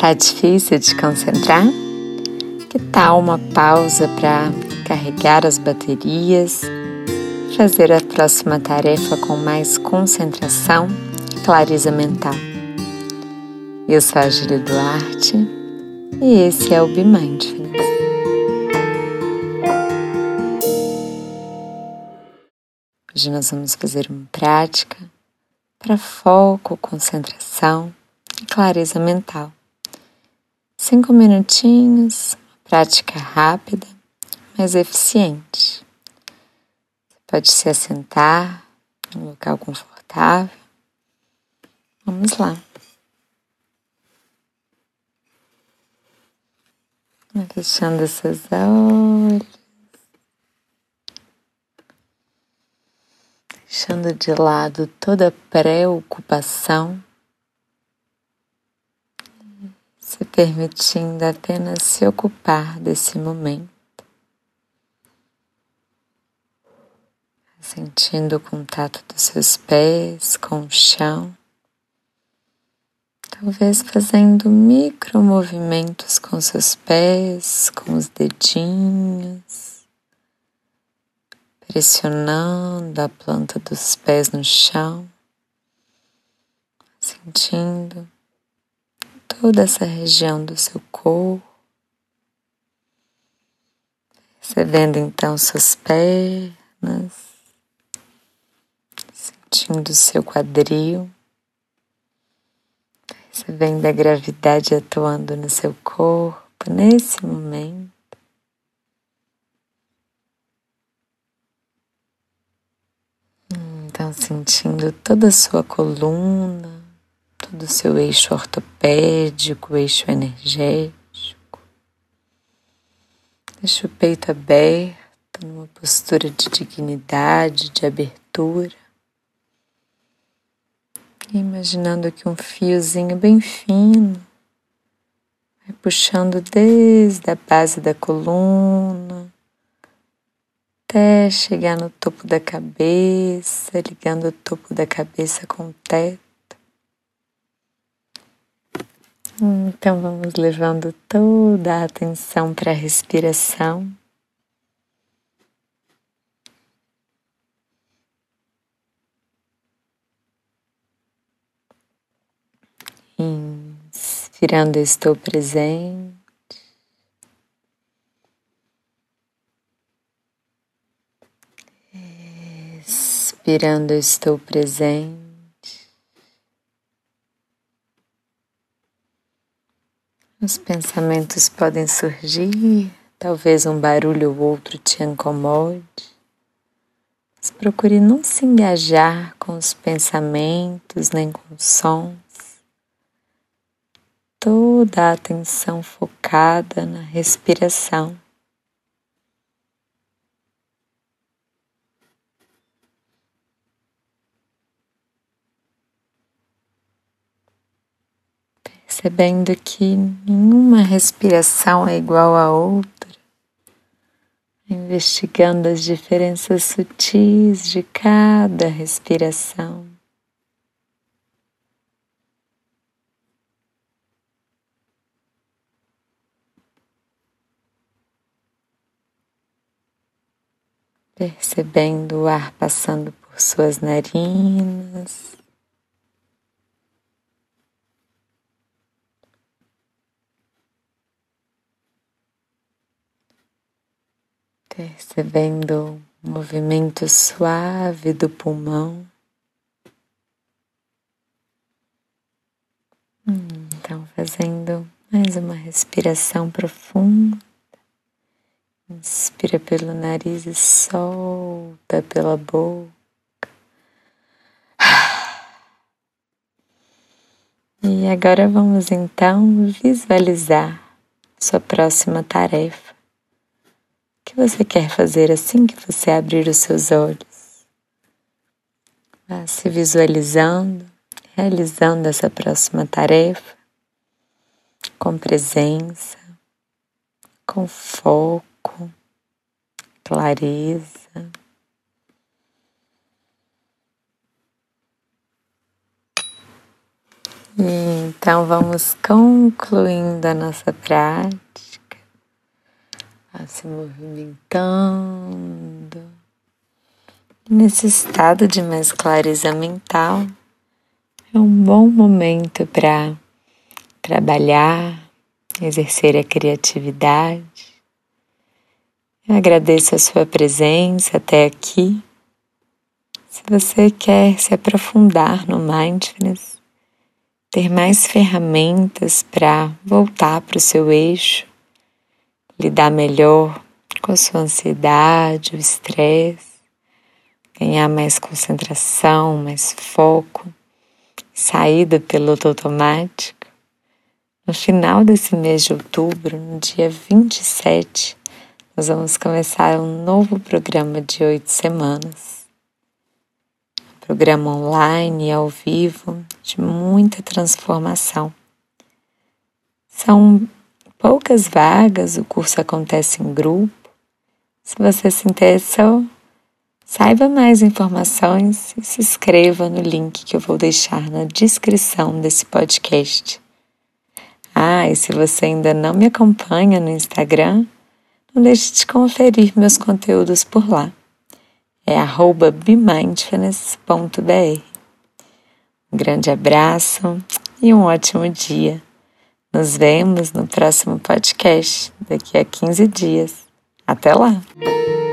Tá difícil de concentrar? Que tal uma pausa para carregar as baterias, fazer a próxima tarefa com mais concentração e clareza mental? Eu sou a Júlia Duarte e esse é o Be Mindfulness. Hoje nós vamos fazer uma prática para foco, concentração e clareza mental. 5 minutinhos, prática rápida, mas eficiente. Você pode se assentar em um local confortável. Vamos lá. Fechando seus olhos. Deixando de lado toda preocupação. Se permitindo apenas se ocupar desse momento. Sentindo o contato dos seus pés com o chão. Talvez fazendo micromovimentos com seus pés, com os dedinhos. Pressionando a planta dos pés no chão. Sentindo toda essa região do seu corpo. Percebendo então suas pernas. Sentindo o seu quadril. Percebendo a gravidade atuando no seu corpo nesse momento. Então sentindo toda a sua coluna, todo o seu eixo ortopédico, eixo energético. Deixa o peito aberto, numa postura de dignidade, de abertura. Imaginando que um fiozinho bem fino vai puxando desde a base da coluna até chegar no topo da cabeça, ligando o topo da cabeça com o teto. Então vamos levando toda a atenção para a respiração. Inspirando, estou presente. Expirando, estou presente. Os pensamentos podem surgir, talvez um barulho ou outro te incomode. Mas procure não se engajar com os pensamentos nem com os sons. Toda a atenção focada na respiração. Percebendo que nenhuma respiração é igual à outra, investigando as diferenças sutis de cada respiração. Percebendo o ar passando por suas narinas. Percebendo o movimento suave do pulmão. Então, fazendo mais uma respiração profunda. Inspira pelo nariz e solta pela boca. E agora vamos então visualizar sua próxima tarefa. O que você quer fazer assim que você abrir os seus olhos? Vá se visualizando, realizando essa próxima tarefa com presença, com foco, clareza. Então vamos concluindo a nossa prática, se movimentando. Nesse estado de mais clareza mental, é um bom momento para trabalhar, exercer a criatividade. Eu agradeço a sua presença até aqui. Se você quer se aprofundar no Mindfulness, ter mais ferramentas para voltar para o seu eixo, lidar melhor com a sua ansiedade, o estresse, ganhar mais concentração, mais foco, sair do piloto automático. No final desse mês de outubro, no dia 27, nós vamos começar um novo programa de 8 semanas. Programa online, ao vivo, de muita transformação. São poucas vagas, o curso acontece em grupo. Se você se interessou, saiba mais informações e se inscreva no link que eu vou deixar na descrição desse podcast. E se você ainda não me acompanha no Instagram, não deixe de conferir meus conteúdos por lá. É @bemindfulness.br. Um grande abraço e um ótimo dia. Nos vemos no próximo podcast, daqui a 15 dias. Até lá!